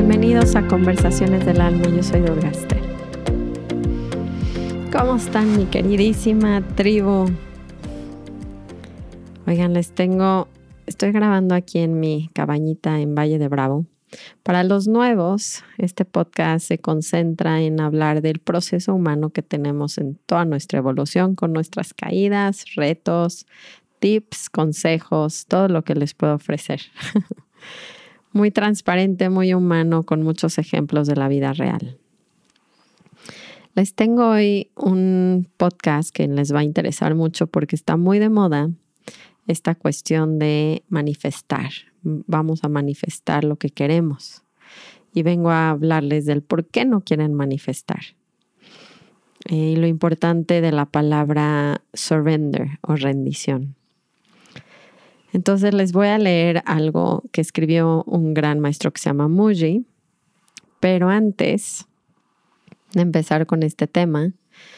Bienvenidos a Conversaciones del Alma, yo soy Durgaster. ¿Cómo están mi queridísima tribu? Oigan, estoy grabando aquí en mi cabañita en Valle de Bravo. Para los nuevos, este podcast se concentra en hablar del proceso humano que tenemos en toda nuestra evolución, con nuestras caídas, retos, tips, consejos, todo lo que les puedo ofrecer. Muy transparente, muy humano, con muchos ejemplos de la vida real. Les tengo hoy un podcast que les va a interesar mucho porque está muy de moda esta cuestión de manifestar. Vamos a manifestar lo que queremos. Y vengo a hablarles del por qué no quieren manifestar. Y lo importante de la palabra surrender o rendición. Entonces les voy a leer algo que escribió un gran maestro que se llama Mooji. Pero antes de empezar con este tema,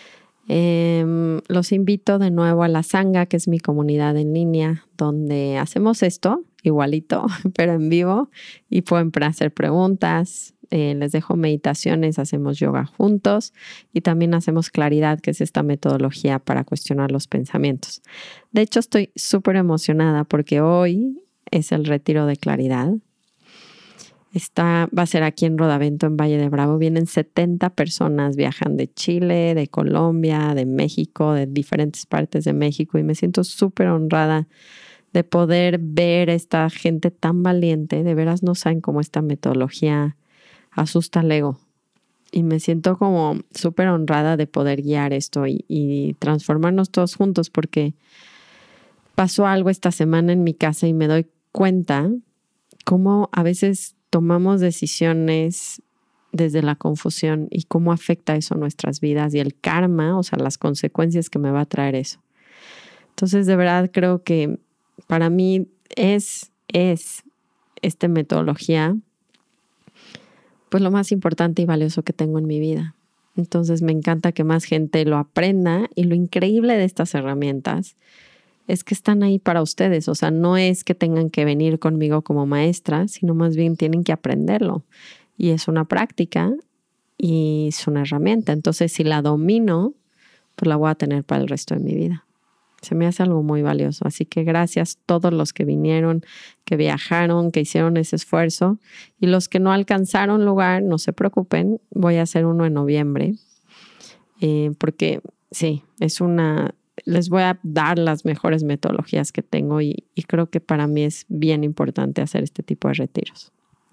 los invito de nuevo a la Sangha, que es mi comunidad en línea, donde hacemos esto igualito, pero en vivo, y pueden hacer preguntas. Les dejo meditaciones, hacemos yoga juntos y también hacemos claridad, que es esta metodología para cuestionar los pensamientos. De hecho, estoy súper emocionada porque hoy es el retiro de claridad. Va a ser aquí en Rodavento, en Valle de Bravo. Vienen 70 personas, viajan de Chile, de Colombia, de México, de diferentes partes de México, y me siento súper honrada de poder ver esta gente tan valiente. De veras no saben cómo esta metodología asusta al ego. Y me siento como súper honrada de poder guiar esto y transformarnos todos juntos, porque pasó algo esta semana en mi casa y me doy cuenta cómo a veces tomamos decisiones desde la confusión y cómo afecta eso nuestras vidas y el karma, o sea, las consecuencias que me va a traer eso. Entonces, de verdad creo que para mí es esta metodología pues lo más importante y valioso que tengo en mi vida. Entonces me encanta que más gente lo aprenda, y lo increíble de estas herramientas es que están ahí para ustedes. O sea, no es que tengan que venir conmigo como maestra, sino más bien tienen que aprenderlo. Y es una práctica y es una herramienta. Entonces, si la domino, pues la voy a tener para el resto de mi vida. Se me hace algo muy valioso. Así que gracias a todos los que vinieron, que viajaron, que hicieron ese esfuerzo. Y los que no alcanzaron lugar, no se preocupen. Voy a hacer uno en noviembre. Porque sí, les voy a dar las mejores metodologías que tengo y creo que para mí es bien importante hacer este tipo de retiros.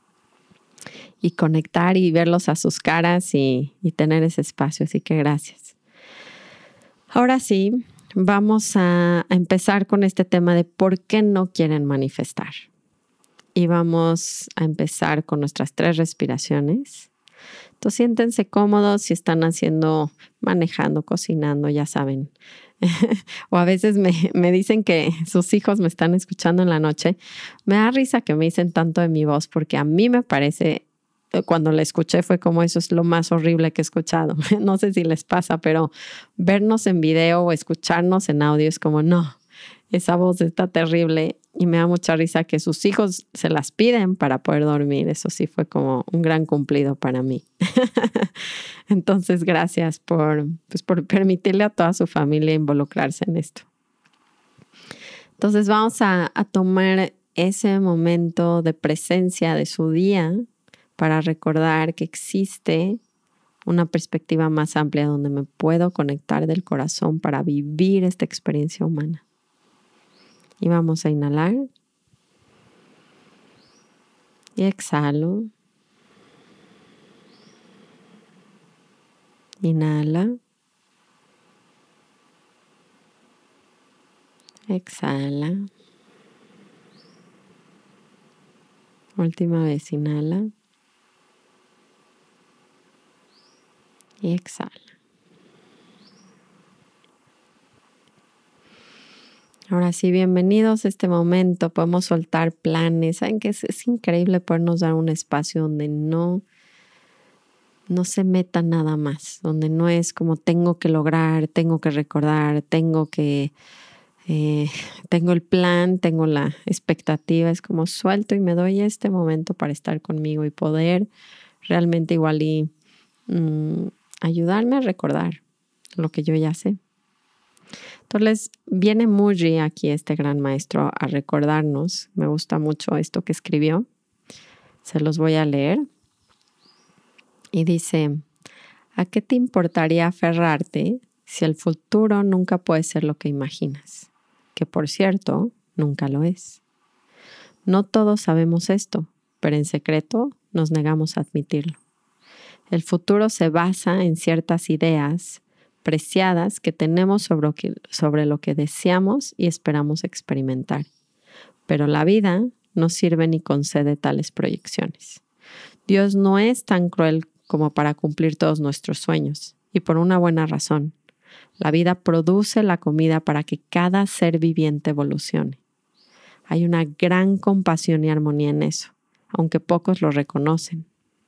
Y conectar y verlos a sus caras y tener ese espacio. Así que gracias. Ahora sí, vamos a empezar con este tema de por qué no quieren manifestar. Y vamos a empezar con nuestras 3 respiraciones. Entonces siéntense cómodos si están manejando, cocinando, ya saben. O a veces me dicen que sus hijos me están escuchando en la noche. Me da risa que me dicen tanto de mi voz, porque a mí me parece, cuando la escuché fue como eso es lo más horrible que he escuchado. No sé si les pasa, pero vernos en video o escucharnos en audio es como no, esa voz está terrible. Y me da mucha risa que sus hijos se las piden para poder dormir. Eso sí fue como un gran cumplido para mí. Entonces, gracias por permitirle a toda su familia involucrarse en esto. Entonces, vamos a tomar ese momento de presencia de su día para recordar que existe una perspectiva más amplia donde me puedo conectar del corazón para vivir esta experiencia humana. Y vamos a inhalar. Y exhalo. Inhala. Exhala. Última vez, inhala. Y exhala. Ahora sí, bienvenidos a este momento. Podemos soltar planes. Saben que es increíble podernos dar un espacio donde no se meta nada más, donde no es como tengo que lograr, tengo que recordar, tengo que tengo el plan, tengo la expectativa, es como suelto y me doy este momento para estar conmigo y poder realmente igual y ayudarme a recordar lo que yo ya sé. Entonces viene Mudri aquí, este gran maestro, a recordarnos. Me gusta mucho esto que escribió. Se los voy a leer. Y dice, ¿a qué te importaría aferrarte si el futuro nunca puede ser lo que imaginas? Que por cierto, nunca lo es. No todos sabemos esto, pero en secreto nos negamos a admitirlo. El futuro se basa en ciertas ideas preciadas que tenemos sobre lo que deseamos y esperamos experimentar. Pero la vida no sirve ni concede tales proyecciones. Dios no es tan cruel como para cumplir todos nuestros sueños, y por una buena razón. La vida produce la comida para que cada ser viviente evolucione. Hay una gran compasión y armonía en eso, aunque pocos lo reconocen.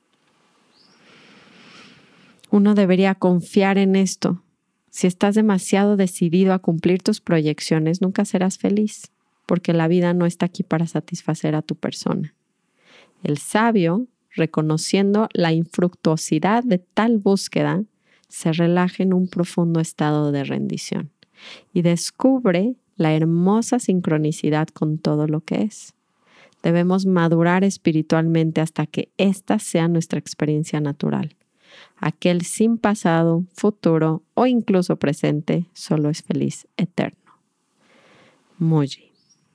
Uno debería confiar en esto. Si estás demasiado decidido a cumplir tus proyecciones, nunca serás feliz, porque la vida no está aquí para satisfacer a tu persona. El sabio, reconociendo la infructuosidad de tal búsqueda, se relaja en un profundo estado de rendición y descubre la hermosa sincronicidad con todo lo que es. Debemos madurar espiritualmente hasta que esta sea nuestra experiencia natural. Aquel sin pasado, futuro o incluso presente solo es feliz eterno. Mudri.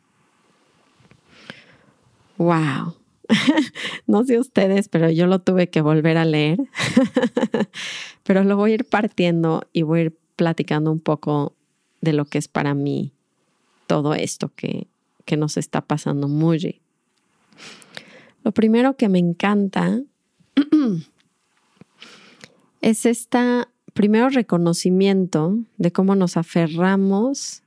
¡Wow! No sé ustedes, pero yo lo tuve que volver a leer. Pero lo voy a ir partiendo y voy a ir platicando un poco de lo que es para mí todo esto que nos está pasando Mudri. Lo primero que me encanta es primero reconocimiento de cómo nos aferramos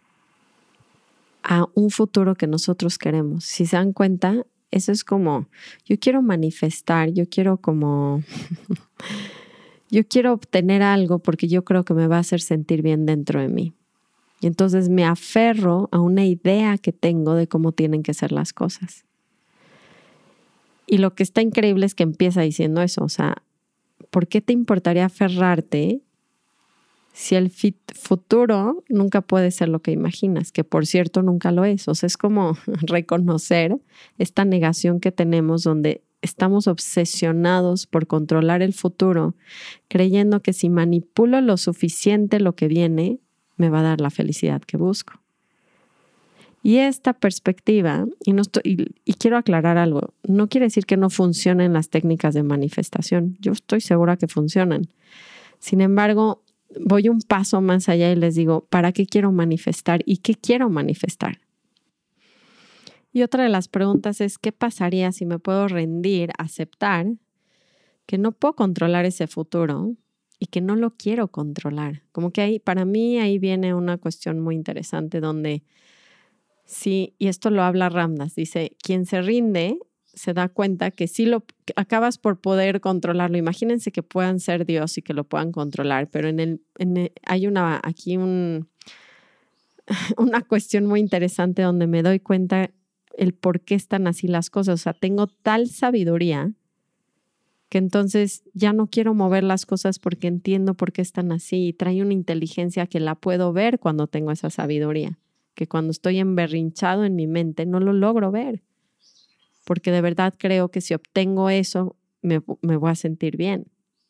a un futuro que nosotros queremos. Si se dan cuenta, eso es como, yo quiero manifestar, yo quiero obtener algo porque yo creo que me va a hacer sentir bien dentro de mí. Y entonces me aferro a una idea que tengo de cómo tienen que ser las cosas. Y lo que está increíble es que empieza diciendo eso, o sea, ¿por qué te importaría aferrarte si el futuro nunca puede ser lo que imaginas? Que por cierto nunca lo es. O sea, es como reconocer esta negación que tenemos donde estamos obsesionados por controlar el futuro, creyendo que si manipulo lo suficiente lo que viene, me va a dar la felicidad que busco. Y esta perspectiva, y quiero aclarar algo, no quiere decir que no funcionen las técnicas de manifestación. Yo estoy segura que funcionan. Sin embargo, voy un paso más allá y les digo, ¿para qué quiero manifestar y qué quiero manifestar? Y otra de las preguntas es, ¿qué pasaría si me puedo rendir, aceptar que no puedo controlar ese futuro y que no lo quiero controlar? Como que para mí ahí viene una cuestión muy interesante donde sí, y esto lo habla Ram Dass, dice, quien se rinde se da cuenta que sí acabas por poder controlarlo. Imagínense que puedan ser Dios y que lo puedan controlar, pero hay aquí una cuestión muy interesante donde me doy cuenta el por qué están así las cosas. O sea, tengo tal sabiduría que entonces ya no quiero mover las cosas porque entiendo por qué están así y trae una inteligencia que la puedo ver cuando tengo esa sabiduría, que cuando estoy emberrinchado en mi mente no lo logro ver, porque de verdad creo que si obtengo eso me voy a sentir bien.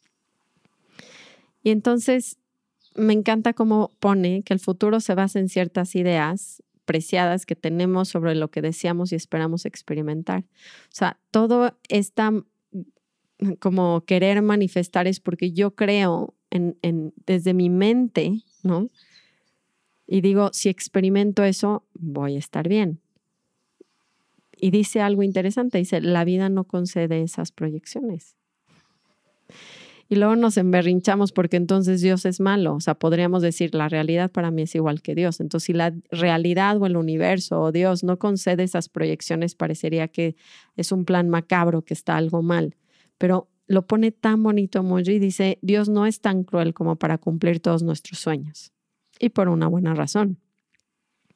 Y entonces me encanta cómo pone que el futuro se basa en ciertas ideas preciadas que tenemos sobre lo que deseamos y esperamos experimentar. O sea, todo esta como querer manifestar es porque yo creo desde mi mente, ¿no? Y digo, si experimento eso, voy a estar bien. Y dice algo interesante, dice, la vida no concede esas proyecciones. Y luego nos emberrinchamos porque entonces Dios es malo. O sea, podríamos decir, la realidad para mí es igual que Dios. Entonces, si la realidad o el universo o Dios no concede esas proyecciones, parecería que es un plan macabro, que está algo mal. Pero lo pone tan bonito Mudri y dice, Dios no es tan cruel como para cumplir todos nuestros sueños. Y por una buena razón.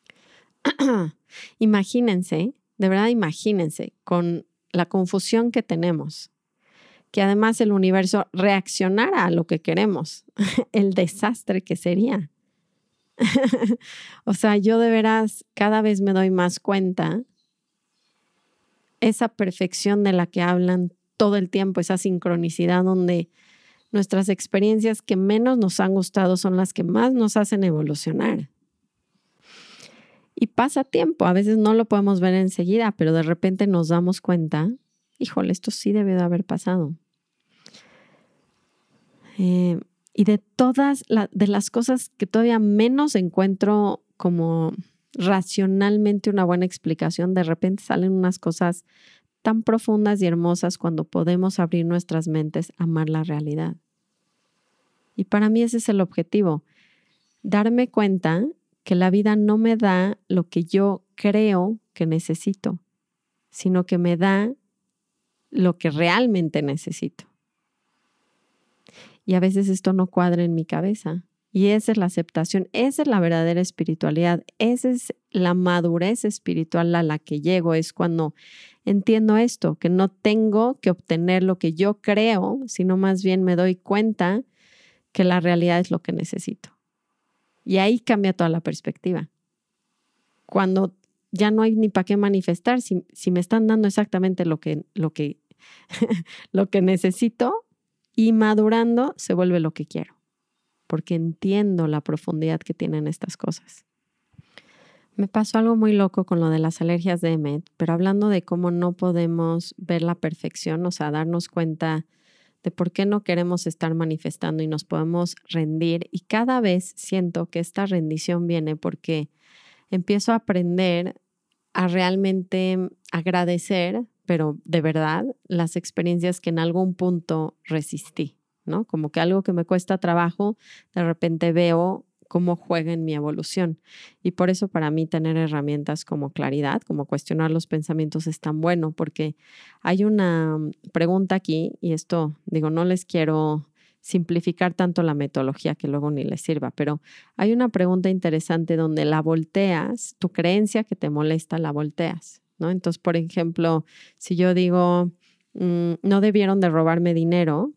Imagínense, de verdad imagínense con la confusión que tenemos, que además el universo reaccionara a lo que queremos, el desastre que sería. O sea, yo de veras cada vez me doy más cuenta esa perfección de la que hablan todo el tiempo, esa sincronicidad donde nuestras experiencias que menos nos han gustado son las que más nos hacen evolucionar. Y pasa tiempo, a veces no lo podemos ver enseguida, pero de repente nos damos cuenta, híjole, esto sí debe de haber pasado. Y de todas de las cosas que todavía menos encuentro como racionalmente una buena explicación, de repente salen unas cosas tan profundas y hermosas cuando podemos abrir nuestras mentes a amar la realidad. Y para mí ese es el objetivo, darme cuenta que la vida no me da lo que yo creo que necesito, sino que me da lo que realmente necesito. Y a veces esto no cuadra en mi cabeza. Y esa es la aceptación, esa es la verdadera espiritualidad, esa es la madurez espiritual a la que llego, es cuando entiendo esto, que no tengo que obtener lo que yo creo, sino más bien me doy cuenta que la realidad es lo que necesito. Y ahí cambia toda la perspectiva. Cuando ya no hay ni para qué manifestar, si me están dando exactamente lo que necesito, y madurando se vuelve lo que quiero, porque entiendo la profundidad que tienen estas cosas. Me pasó algo muy loco con lo de las alergias de Emmet, pero hablando de cómo no podemos ver la perfección, o sea, darnos cuenta de por qué no queremos estar manifestando y nos podemos rendir. Y cada vez siento que esta rendición viene porque empiezo a aprender a realmente agradecer, pero de verdad, las experiencias que en algún punto resistí, ¿no? Como que algo que me cuesta trabajo, de repente veo cómo juega en mi evolución. Y por eso para mí tener herramientas como claridad, como cuestionar los pensamientos es tan bueno, porque hay una pregunta aquí, y esto, digo, no les quiero simplificar tanto la metodología que luego ni les sirva, pero hay una pregunta interesante donde la volteas, tu creencia que te molesta la volteas, ¿no? Entonces, por ejemplo, si yo digo, no debieron de robarme dinero,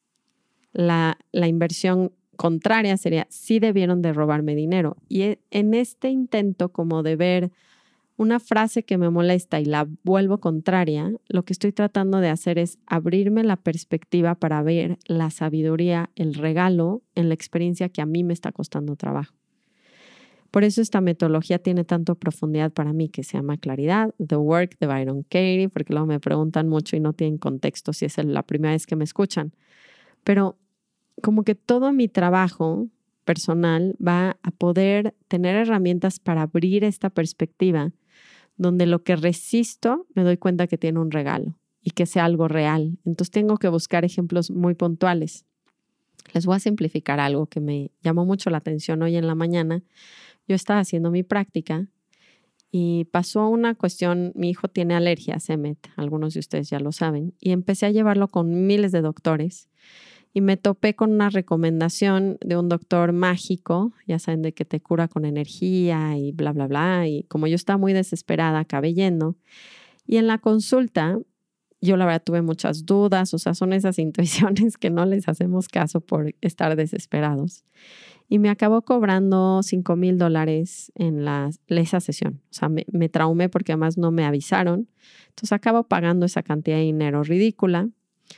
la inversión contraria sería, sí debieron de robarme dinero. Y en este intento como de ver una frase que me molesta y la vuelvo contraria, lo que estoy tratando de hacer es abrirme la perspectiva para ver la sabiduría, el regalo en la experiencia que a mí me está costando trabajo. Por eso esta metodología tiene tanto profundidad para mí, que se llama Claridad, The Work de Byron Katie, porque luego me preguntan mucho y no tienen contexto si es la primera vez que me escuchan. Pero como que todo mi trabajo personal va a poder tener herramientas para abrir esta perspectiva donde lo que resisto me doy cuenta que tiene un regalo y que sea algo real. Entonces tengo que buscar ejemplos muy puntuales. Les voy a simplificar algo que me llamó mucho la atención hoy en la mañana. Yo estaba haciendo mi práctica y pasó una cuestión, mi hijo tiene alergias, Emmet, algunos de ustedes ya lo saben, y empecé a llevarlo con miles de doctores. Y me topé con una recomendación de un doctor mágico, ya saben, de que te cura con energía y bla, bla, bla. Y como yo estaba muy desesperada, acabé yendo. Y en la consulta, yo la verdad tuve muchas dudas, o sea, son esas intuiciones que no les hacemos caso por estar desesperados. Y me acabó cobrando $5,000 en esa sesión. O sea, me traumé porque además no me avisaron. Entonces acabo pagando esa cantidad de dinero ridícula.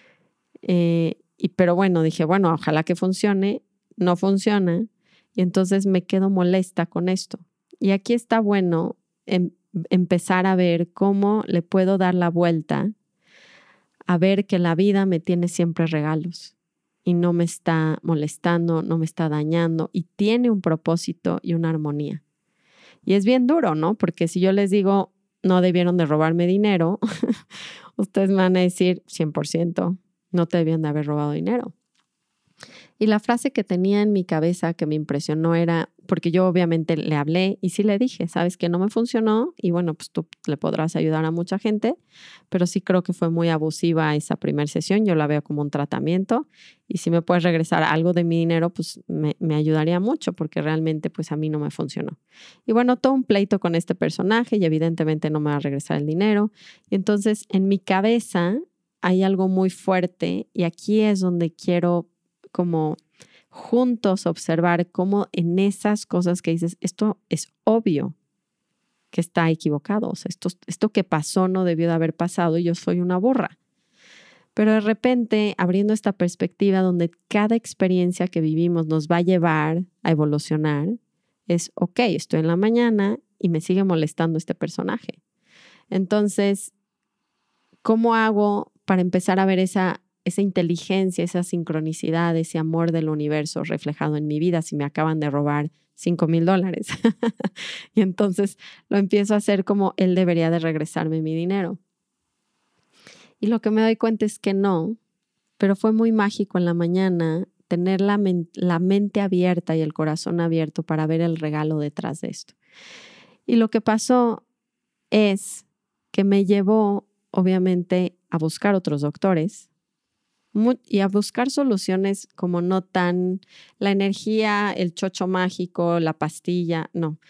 Pero bueno, dije, bueno, ojalá que funcione. No funciona. Y entonces me quedo molesta con esto. Y aquí está bueno empezar a ver cómo le puedo dar la vuelta a ver que la vida me tiene siempre regalos y no me está molestando, no me está dañando y tiene un propósito y una armonía. Y es bien duro, ¿no? Porque si yo les digo, no debieron de robarme dinero, ustedes me van a decir 100%, no te debían de haber robado dinero. Y la frase que tenía en mi cabeza que me impresionó era, porque yo obviamente le hablé y sí le dije, sabes que no me funcionó y bueno, pues tú le podrás ayudar a mucha gente, pero sí creo que fue muy abusiva esa primera sesión, yo la veo como un tratamiento y si me puedes regresar algo de mi dinero, pues me ayudaría mucho porque realmente pues a mí no me funcionó. Y bueno, todo un pleito con este personaje y evidentemente no me va a regresar el dinero. Y entonces en mi cabeza hay algo muy fuerte y aquí es donde quiero como juntos observar cómo en esas cosas que dices, esto es obvio que está equivocado, o sea, esto que pasó no debió de haber pasado y yo soy una burra. Pero de repente, abriendo esta perspectiva donde cada experiencia que vivimos nos va a llevar a evolucionar, es, ok, estoy en la mañana y me sigue molestando este personaje. Entonces, ¿cómo hago para empezar a ver esa inteligencia, esa sincronicidad, ese amor del universo reflejado en mi vida si me acaban de robar $5,000? Y entonces lo empiezo a hacer como él debería de regresarme mi dinero. Y lo que me doy cuenta es que no, pero fue muy mágico en la mañana tener la mente abierta y el corazón abierto para ver el regalo detrás de esto. Y lo que pasó es que me llevó, obviamente, a buscar otros doctores y a buscar soluciones como no tan la energía, el chocho mágico, la pastilla, no.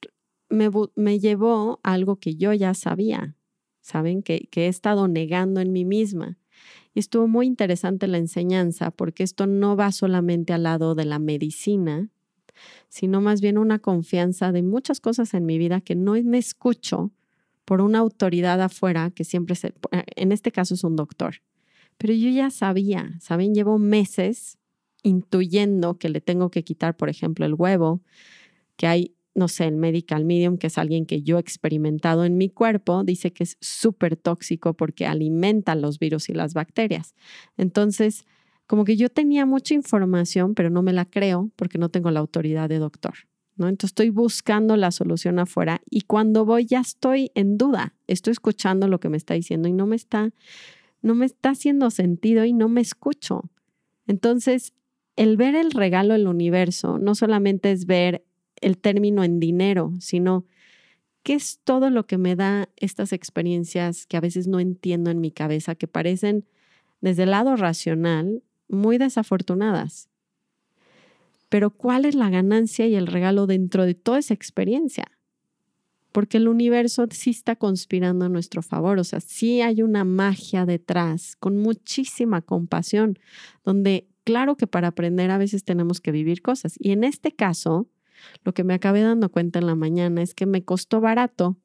Me llevó a algo que yo ya sabía, ¿saben? Que he estado negando en mí misma. Y estuvo muy interesante la enseñanza porque esto no va solamente al lado de la medicina, sino más bien una confianza de muchas cosas en mi vida que no me escucho por una autoridad afuera que siempre en este caso es un doctor. Pero yo ya sabía, ¿saben? Llevo meses intuyendo que le tengo que quitar, por ejemplo, el huevo, que hay, no sé, el medical medium, que es alguien que yo he experimentado en mi cuerpo, dice que es súper tóxico porque alimenta los virus y las bacterias. Entonces, como que yo tenía mucha información, pero no me la creo porque no tengo la autoridad de doctor, ¿no? Entonces estoy buscando la solución afuera y cuando voy ya estoy en duda, estoy escuchando lo que me está diciendo y no me está haciendo sentido y no me escucho. Entonces, el ver el regalo del universo no solamente es ver el término en dinero, sino qué es todo lo que me da estas experiencias que a veces no entiendo en mi cabeza, que parecen desde el lado racional muy desafortunadas. Pero ¿cuál es la ganancia y el regalo dentro de toda esa experiencia? Porque el universo sí está conspirando a nuestro favor, o sea, sí hay una magia detrás, con muchísima compasión, donde claro que para aprender a veces tenemos que vivir cosas. Y en este caso, lo que me acabé dando cuenta en la mañana es que me costó barato.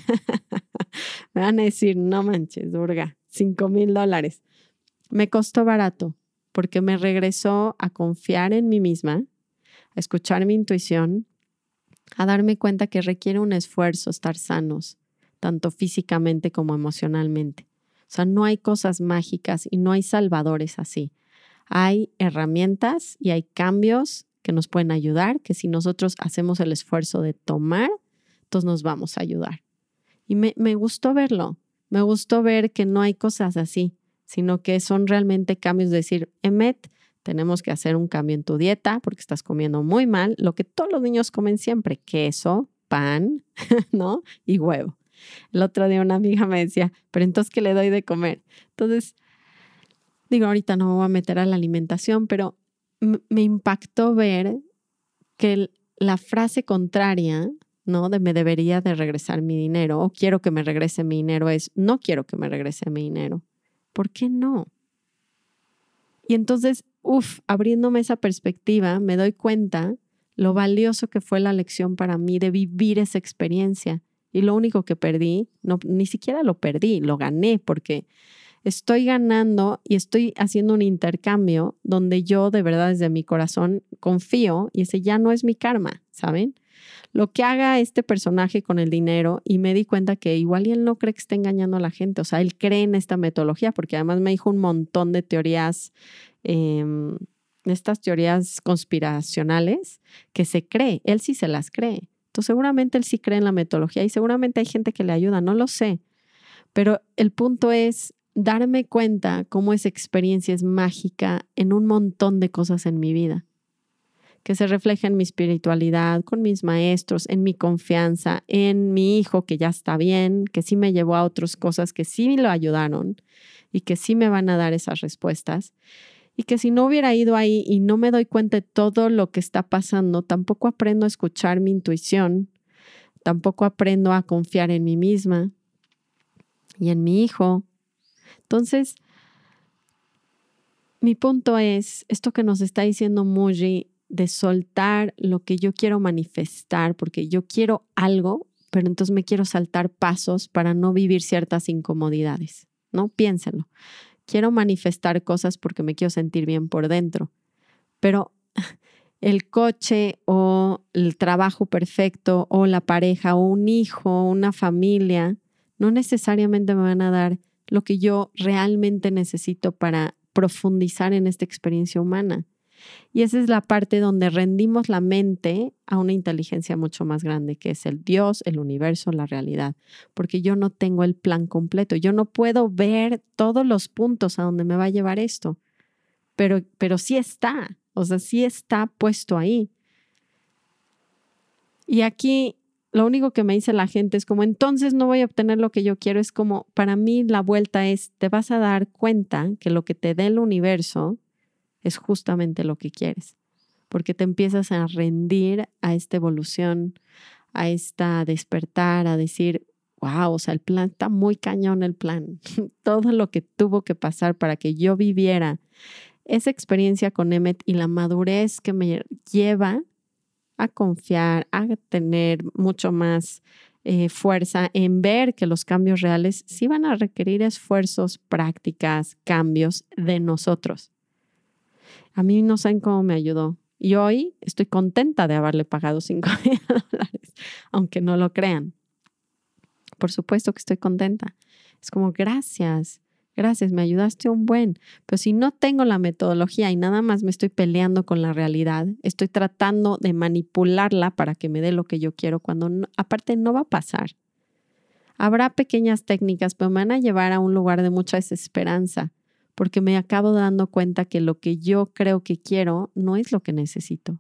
Me van a decir, no manches, Durga, $5,000. Me costó barato porque me regresó a confiar en mí misma, a escuchar mi intuición, a darme cuenta que requiere un esfuerzo estar sanos, tanto físicamente como emocionalmente. O sea, no hay cosas mágicas y no hay salvadores así. Hay herramientas y hay cambios que nos pueden ayudar, que si nosotros hacemos el esfuerzo de tomar, entonces nos vamos a ayudar. Y me gustó verlo. Me gustó ver que no hay cosas así, sino que son realmente cambios de decir, Emmet, tenemos que hacer un cambio en tu dieta porque estás comiendo muy mal, lo que todos los niños comen siempre, queso, pan, ¿no? Y huevo. El otro día una amiga me decía, pero entonces, ¿qué le doy de comer? Entonces, digo, ahorita no me voy a meter a la alimentación, pero me impactó ver que la frase contraria, ¿no? De me debería de regresar mi dinero o quiero que me regrese mi dinero es no quiero que me regrese mi dinero. ¿Por qué no? Y entonces, abriéndome esa perspectiva, me doy cuenta lo valioso que fue la lección para mí de vivir esa experiencia. Y lo único que perdí, no, ni siquiera lo perdí, lo gané porque estoy ganando y estoy haciendo un intercambio donde yo de verdad desde mi corazón confío y ese ya no es mi karma, ¿saben? Lo que haga este personaje con el dinero y me di cuenta que igual y él no cree que esté engañando a la gente, o sea, él cree en esta metodología porque además me dijo un montón de teorías, estas teorías conspiracionales que se cree, él sí se las cree. Entonces seguramente él sí cree en la metodología y seguramente hay gente que le ayuda, no lo sé, pero el punto es darme cuenta cómo esa experiencia es mágica en un montón de cosas en mi vida. que se refleja en mi espiritualidad, con mis maestros, en mi confianza, en mi hijo que ya está bien, que sí me llevó a otras cosas que sí lo ayudaron y que sí me van a dar esas respuestas. Y que si no hubiera ido ahí y no me doy cuenta de todo lo que está pasando, tampoco aprendo a escuchar mi intuición, tampoco aprendo a confiar en mí misma y en mi hijo. Entonces, mi punto es esto que nos está diciendo Muji, de soltar lo que yo quiero manifestar, porque yo quiero algo, pero entonces me quiero saltar pasos para no vivir ciertas incomodidades, ¿no? Piénsenlo. Quiero manifestar cosas porque me quiero sentir bien por dentro, pero el coche o el trabajo perfecto o la pareja o un hijo, una familia, no necesariamente me van a dar lo que yo realmente necesito para profundizar en esta experiencia humana. Y esa es la parte donde rendimos la mente a una inteligencia mucho más grande, que es el Dios, el universo, la realidad. Porque yo no tengo el plan completo. Yo no puedo ver todos los puntos a donde me va a llevar esto. Pero sí está. O sea, sí está puesto ahí. Y aquí lo único que me dice la gente es como, entonces no voy a obtener lo que yo quiero. Es como, para mí la vuelta es, te vas a dar cuenta que lo que te dé el universo es justamente lo que quieres, porque te empiezas a rendir a esta evolución, a esta despertar, a decir, wow, o sea, el plan está muy cañón, el plan. Todo lo que tuvo que pasar para que yo viviera esa experiencia con Emmet y la madurez que me lleva a confiar, a tener mucho más fuerza en ver que los cambios reales sí van a requerir esfuerzos, prácticas, cambios de nosotros. A mí no saben cómo me ayudó. Y hoy estoy contenta de haberle pagado $5,000, aunque no lo crean. Por supuesto que estoy contenta. Es como, gracias, me ayudaste un buen. Pero si no tengo la metodología y nada más me estoy peleando con la realidad, estoy tratando de manipularla para que me dé lo que yo quiero, cuando aparte no va a pasar. Habrá pequeñas técnicas, pero me van a llevar a un lugar de mucha desesperanza, porque me acabo dando cuenta que lo que yo creo que quiero no es lo que necesito.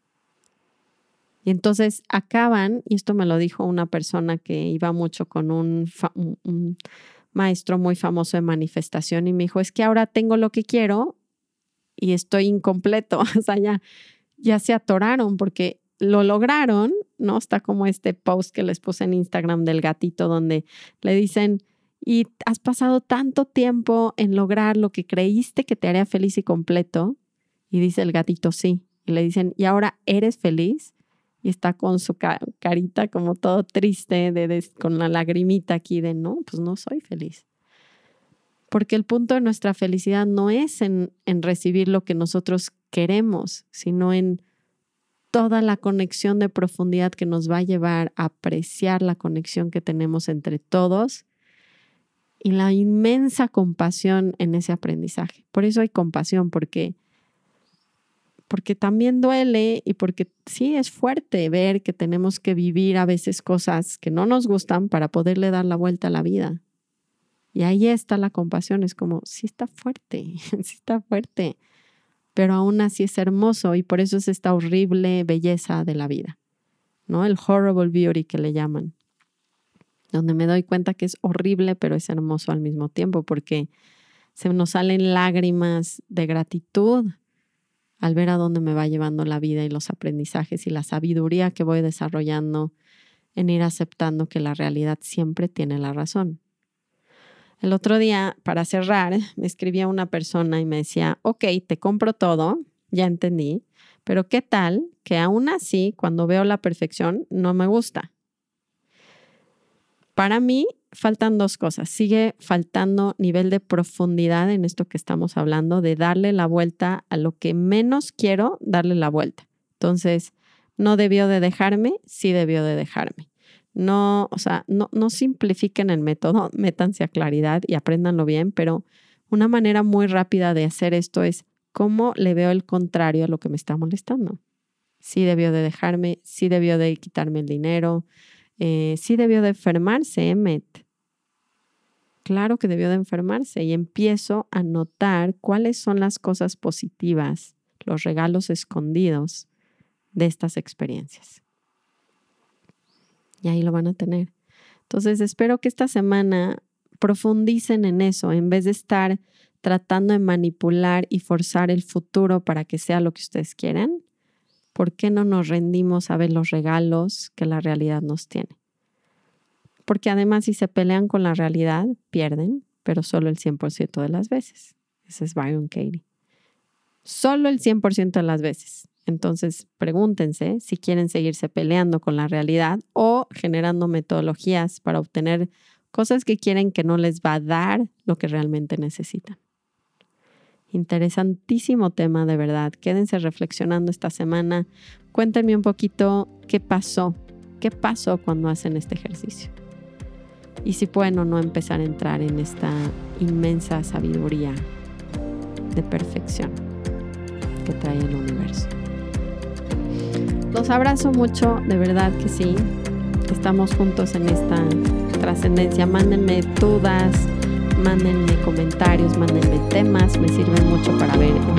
Y entonces acaban, y esto me lo dijo una persona que iba mucho con un maestro muy famoso de manifestación, y me dijo, es que ahora tengo lo que quiero y estoy incompleto. O sea, ya se atoraron porque lo lograron, ¿no? Está como este post que les puse en Instagram del gatito donde le dicen, y has pasado tanto tiempo en lograr lo que creíste que te haría feliz y completo. Y dice el gatito, sí. Y le dicen, ¿y ahora eres feliz? Y está con su carita como todo triste, con la lagrimita aquí de, no, pues no soy feliz. Porque el punto de nuestra felicidad no es en recibir lo que nosotros queremos, sino en toda la conexión de profundidad que nos va a llevar a apreciar la conexión que tenemos entre todos y la inmensa compasión en ese aprendizaje. Por eso hay compasión, porque también duele y porque sí es fuerte ver que tenemos que vivir a veces cosas que no nos gustan para poderle dar la vuelta a la vida. Y ahí está la compasión, es como, sí está fuerte, sí está fuerte, pero aún así es hermoso y por eso es esta horrible belleza de la vida, ¿no? El horrible beauty que le llaman, donde me doy cuenta que es horrible, pero es hermoso al mismo tiempo, porque se nos salen lágrimas de gratitud al ver a dónde me va llevando la vida y los aprendizajes y la sabiduría que voy desarrollando en ir aceptando que la realidad siempre tiene la razón. El otro día, para cerrar, me escribía una persona y me decía, ok, te compro todo, ya entendí, pero ¿qué tal que aún así, cuando veo la perfección, no me gusta? Para mí, faltan dos cosas. Sigue faltando nivel de profundidad en esto que estamos hablando, de darle la vuelta a lo que menos quiero, darle la vuelta. Entonces, no debió de dejarme, sí debió de dejarme. No, o sea, no simplifiquen el método, métanse a claridad y apréndanlo bien, pero una manera muy rápida de hacer esto es cómo le veo el contrario a lo que me está molestando. Sí debió de dejarme, sí debió de quitarme el dinero, sí debió de enfermarse, Emmet. Claro que debió de enfermarse y empiezo a notar cuáles son las cosas positivas, los regalos escondidos de estas experiencias. Y ahí lo van a tener. Entonces, espero que esta semana profundicen en eso, en vez de estar tratando de manipular y forzar el futuro para que sea lo que ustedes quieren. ¿Por qué no nos rendimos a ver los regalos que la realidad nos tiene? Porque además, si se pelean con la realidad, pierden, pero solo el 100% de las veces. Ese es Byron Katie. Solo el 100% de las veces. Entonces, pregúntense si quieren seguirse peleando con la realidad o generando metodologías para obtener cosas que quieren que no les va a dar lo que realmente necesitan. Interesantísimo tema, de verdad. Quédense reflexionando esta semana. Cuéntenme un poquito qué pasó cuando hacen este ejercicio. Y si pueden o no empezar a entrar en esta inmensa sabiduría de perfección que trae el universo. Los abrazo mucho, de verdad que sí. Estamos juntos en esta trascendencia. Mándenme dudas, mándenme comentarios, mándenme temas. Me sirven mucho para ver en